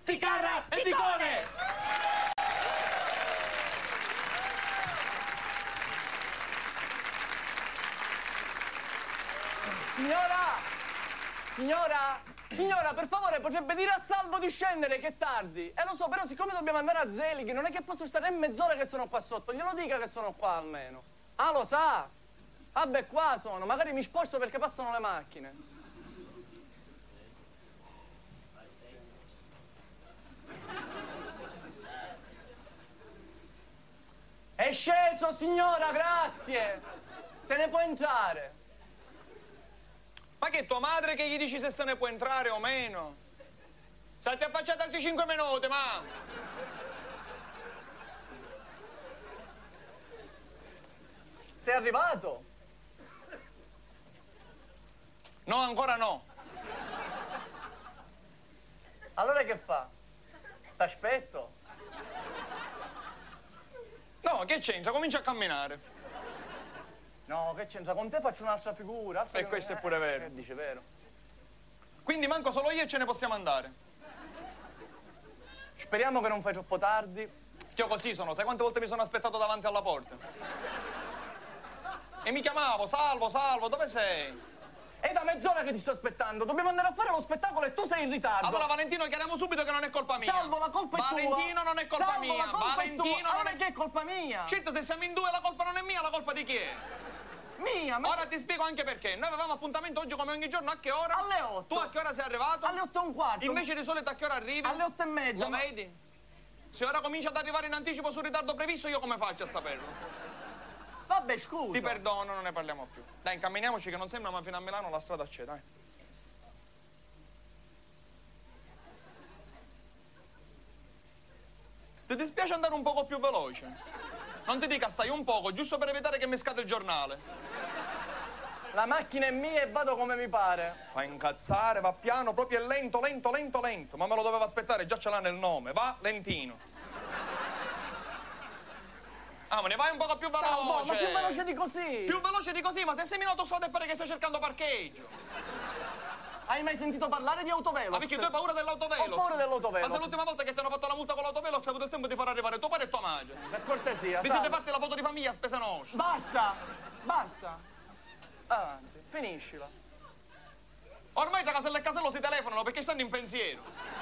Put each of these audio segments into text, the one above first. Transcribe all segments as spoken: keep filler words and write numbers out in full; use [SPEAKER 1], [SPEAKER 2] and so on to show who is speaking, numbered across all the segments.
[SPEAKER 1] Ficarra e Picone!
[SPEAKER 2] Signora! Signora! Signora, per favore, potrebbe dire a Salvo di scendere, che è tardi. Eh, lo so, però siccome dobbiamo andare a Zelig, non è che posso stare in mezz'ora che sono qua sotto. Glielo dica che sono qua almeno. Ah, lo sa? Vabbè, qua sono. Magari mi sposto perché passano le macchine. È sceso, signora, grazie. Se ne può entrare.
[SPEAKER 1] Ma che tua madre che gli dici se se ne può entrare o meno? State affacciati altri cinque minuti, ma...
[SPEAKER 2] Sei arrivato?
[SPEAKER 1] No, ancora no.
[SPEAKER 2] Allora che fa? T'aspetto?
[SPEAKER 1] No, che c'entra? Comincia a camminare.
[SPEAKER 2] No, che c'entra? Con te faccio un'altra figura. Altra
[SPEAKER 1] E
[SPEAKER 2] che
[SPEAKER 1] questo
[SPEAKER 2] non...
[SPEAKER 1] è pure vero.
[SPEAKER 2] Eh, dice vero.
[SPEAKER 1] Quindi manco solo io e ce ne possiamo andare.
[SPEAKER 2] Speriamo che non fai troppo tardi.
[SPEAKER 1] Io così sono, sai quante volte mi sono aspettato davanti alla porta? E mi chiamavo, Salvo, Salvo, dove sei?
[SPEAKER 2] È da mezz'ora che ti sto aspettando. Dobbiamo andare a fare lo spettacolo e tu sei in ritardo.
[SPEAKER 1] Allora Valentino, chiariamo subito che non è colpa mia.
[SPEAKER 2] Salvo, la colpa è tua.
[SPEAKER 1] Valentino, non è colpa
[SPEAKER 2] Salvo,
[SPEAKER 1] mia.
[SPEAKER 2] la colpa
[SPEAKER 1] Valentino,
[SPEAKER 2] è tua.
[SPEAKER 1] non
[SPEAKER 2] Allora
[SPEAKER 1] è...
[SPEAKER 2] che è colpa mia?
[SPEAKER 1] Certo, se siamo in due la colpa non è mia, la colpa di chi è?
[SPEAKER 2] Mia, ma...
[SPEAKER 1] Ora ti spiego anche perché. Noi avevamo appuntamento oggi come ogni giorno, a che ora?
[SPEAKER 2] Alle otto.
[SPEAKER 1] Tu a che ora sei arrivato?
[SPEAKER 2] Alle otto e un quarto.
[SPEAKER 1] Invece di solito a che ora arrivi?
[SPEAKER 2] Alle otto e mezza.
[SPEAKER 1] Lo
[SPEAKER 2] ma...
[SPEAKER 1] vedi? Se ora comincia ad arrivare in anticipo sul ritardo previsto, io come faccio a saperlo?
[SPEAKER 2] Vabbè, scusa.
[SPEAKER 1] Ti perdono, non ne parliamo più. Dai, incamminiamoci che non sembra, ma fino a Milano la strada c'è, dai. Ti dispiace andare un poco più veloce? Non ti dica stai un poco, giusto per evitare che mi scade il giornale.
[SPEAKER 2] La macchina è mia e vado come mi pare.
[SPEAKER 1] Fa incazzare, va piano, proprio è lento, lento, lento, lento. Ma me lo doveva aspettare, già ce l'ha nel nome. Va lentino. Ah, ma ne vai un poco più veloce.
[SPEAKER 2] Salvo, ma più veloce di così.
[SPEAKER 1] Più veloce di così, ma se sei in autostrada è pare che stai cercando parcheggio.
[SPEAKER 2] Hai mai sentito parlare di autovelox?
[SPEAKER 1] Ma perché tu hai paura dell'autovelox?
[SPEAKER 2] Ho paura dell'autovelox.
[SPEAKER 1] Ma se l'ultima volta che ti hanno fatto la multa con l'autovelox hai avuto il tempo di far arrivare tuo padre e tua madre.
[SPEAKER 2] Per cortesia,
[SPEAKER 1] Vi
[SPEAKER 2] Salvo.
[SPEAKER 1] siete fatti la foto di famiglia a spese nostre.
[SPEAKER 2] Basta, basta. Avanti, finiscila.
[SPEAKER 1] Ormai tra casello e casello si telefonano perché stanno in pensiero.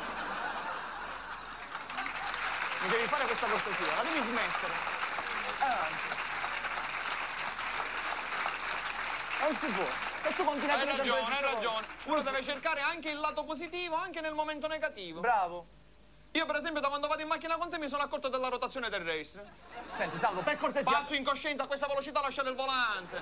[SPEAKER 2] Mi devi fare questa cortesia, la devi smettere. Avanti. Non si può. E tu continui a
[SPEAKER 1] Hai
[SPEAKER 2] dire
[SPEAKER 1] ragione,
[SPEAKER 2] sempre
[SPEAKER 1] hai
[SPEAKER 2] queste
[SPEAKER 1] ragione.
[SPEAKER 2] cose.
[SPEAKER 1] Uno deve cercare anche il lato positivo, anche nel momento negativo.
[SPEAKER 2] Bravo.
[SPEAKER 1] Io per esempio da quando vado in macchina con te mi sono accorto della rotazione terrestre.
[SPEAKER 2] Senti, Salvo, per cortesia.
[SPEAKER 1] Pazzo incosciente, a questa velocità lasciare il volante.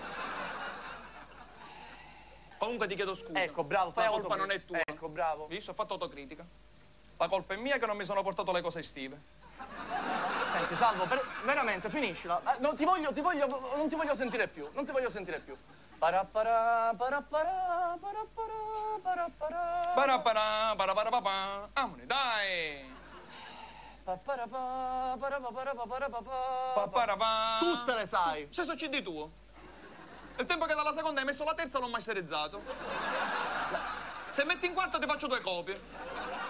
[SPEAKER 1] Comunque ti chiedo scusa.
[SPEAKER 2] Ecco, bravo, fai
[SPEAKER 1] La colpa
[SPEAKER 2] autocritica.
[SPEAKER 1] non è tua.
[SPEAKER 2] Ecco, bravo.
[SPEAKER 1] Visto, ho fatto autocritica. La colpa è mia che non mi sono portato le cose estive.
[SPEAKER 2] Senti, Salvo, per... veramente, finiscila. Eh, non ti voglio, ti voglio, non ti voglio sentire più. Non ti voglio sentire più. Parappara, parappara, parappara, parappara.
[SPEAKER 1] Parapara, paraparapapa. Amone, dai.
[SPEAKER 2] Papparapà, parapapà, parapapà.
[SPEAKER 1] Paparapà.
[SPEAKER 2] Tutte le sai.
[SPEAKER 1] Stesso C D tuo. Il tempo che dalla seconda hai messo la terza l'ho masterizzato. Se metti in quarta ti faccio due copie.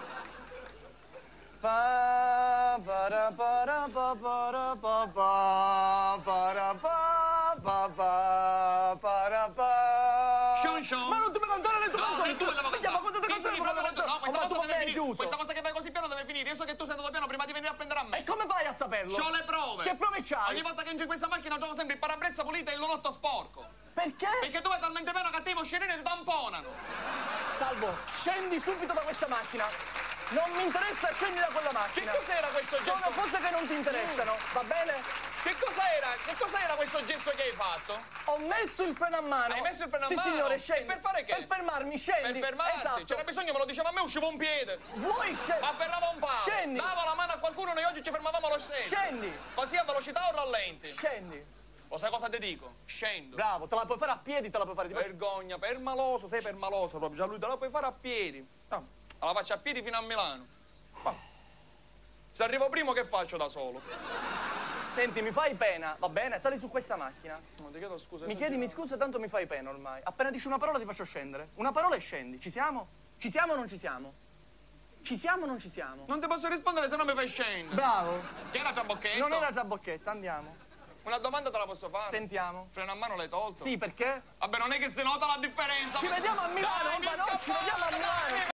[SPEAKER 2] Pa, para, para, pa, para, pa, pa, para, pa, pa, pa, para, pa.
[SPEAKER 1] Shun shun.
[SPEAKER 2] Ma non ti puoi cantare le tue
[SPEAKER 1] No,
[SPEAKER 2] canzoni,
[SPEAKER 1] che tu
[SPEAKER 2] scusa.
[SPEAKER 1] le
[SPEAKER 2] Vediamo quante
[SPEAKER 1] Sì,
[SPEAKER 2] canzoni
[SPEAKER 1] sì,
[SPEAKER 2] puoi
[SPEAKER 1] proprio
[SPEAKER 2] cantare.
[SPEAKER 1] no, questa
[SPEAKER 2] Ma
[SPEAKER 1] cosa
[SPEAKER 2] tu
[SPEAKER 1] deve
[SPEAKER 2] mi hai
[SPEAKER 1] finire.
[SPEAKER 2] chiuso.
[SPEAKER 1] Questa cosa che vai così piano deve finire. Io so che tu sei andato piano prima di venire a prendere a me.
[SPEAKER 2] E come fai a saperlo?
[SPEAKER 1] C'ho le prove.
[SPEAKER 2] Che prove c'hai?
[SPEAKER 1] Ogni volta che entro in questa macchina trovo sempre il parabrezza pulito e il lunotto sporco.
[SPEAKER 2] Perché?
[SPEAKER 1] Perché tu vai talmente meno cattivo scenere e ti tamponano.
[SPEAKER 2] Salvo, scendi subito da questa macchina. Non mi interessa, scendi da quella
[SPEAKER 1] Che
[SPEAKER 2] macchina.
[SPEAKER 1] cos'era questo gesto?
[SPEAKER 2] Sono cose che non ti interessano, va bene?
[SPEAKER 1] Che cos'era? Che cos'era questo gesto che hai fatto?
[SPEAKER 2] Ho messo il freno a mano.
[SPEAKER 1] Hai messo il freno a
[SPEAKER 2] sì,
[SPEAKER 1] mano?
[SPEAKER 2] Sì, signore, scendi.
[SPEAKER 1] E per fare che?
[SPEAKER 2] Per fermarmi, scendi.
[SPEAKER 1] Per fermarti?
[SPEAKER 2] Esatto.
[SPEAKER 1] C'era bisogno, me lo diceva a me, uscivo un piede.
[SPEAKER 2] Vuoi scendere?
[SPEAKER 1] Afferrava un palo.
[SPEAKER 2] Scendi.
[SPEAKER 1] Davo la mano a qualcuno, noi oggi ci fermavamo lo stesso.
[SPEAKER 2] Scendi.
[SPEAKER 1] Così a velocità o rallenti?
[SPEAKER 2] Scendi.
[SPEAKER 1] Lo sai cosa ti dico? Scendo.
[SPEAKER 2] Bravo, te la puoi fare a piedi, te la puoi fare di
[SPEAKER 1] Vergogna, permaloso, sei permaloso proprio. Già lui te la puoi fare a piedi. No, la faccio a piedi fino a Milano. Ma, se arrivo primo che faccio da solo?
[SPEAKER 2] Senti, mi fai pena, va bene? Sali su questa macchina.
[SPEAKER 1] Non ti chiedo scusa.
[SPEAKER 2] Mi chiedimi scusa, tanto mi fai pena ormai. Appena dici una parola ti faccio scendere. Una parola e scendi. Ci siamo? Ci siamo o non ci siamo? Ci siamo o non ci siamo?
[SPEAKER 1] Non ti posso rispondere se non mi fai scendere.
[SPEAKER 2] Bravo.
[SPEAKER 1] Che era Trabocchetto?
[SPEAKER 2] Non era Trabocchetta, andiamo.
[SPEAKER 1] Una domanda te la posso fare?
[SPEAKER 2] Sentiamo.
[SPEAKER 1] Freno a mano l'hai tolto?
[SPEAKER 2] Sì, perché?
[SPEAKER 1] Vabbè, non è che si nota la differenza.
[SPEAKER 2] Ci vediamo a Milano,
[SPEAKER 1] Dai, mi
[SPEAKER 2] ma no, ci
[SPEAKER 1] scappare,
[SPEAKER 2] vediamo a Milano.
[SPEAKER 1] dai.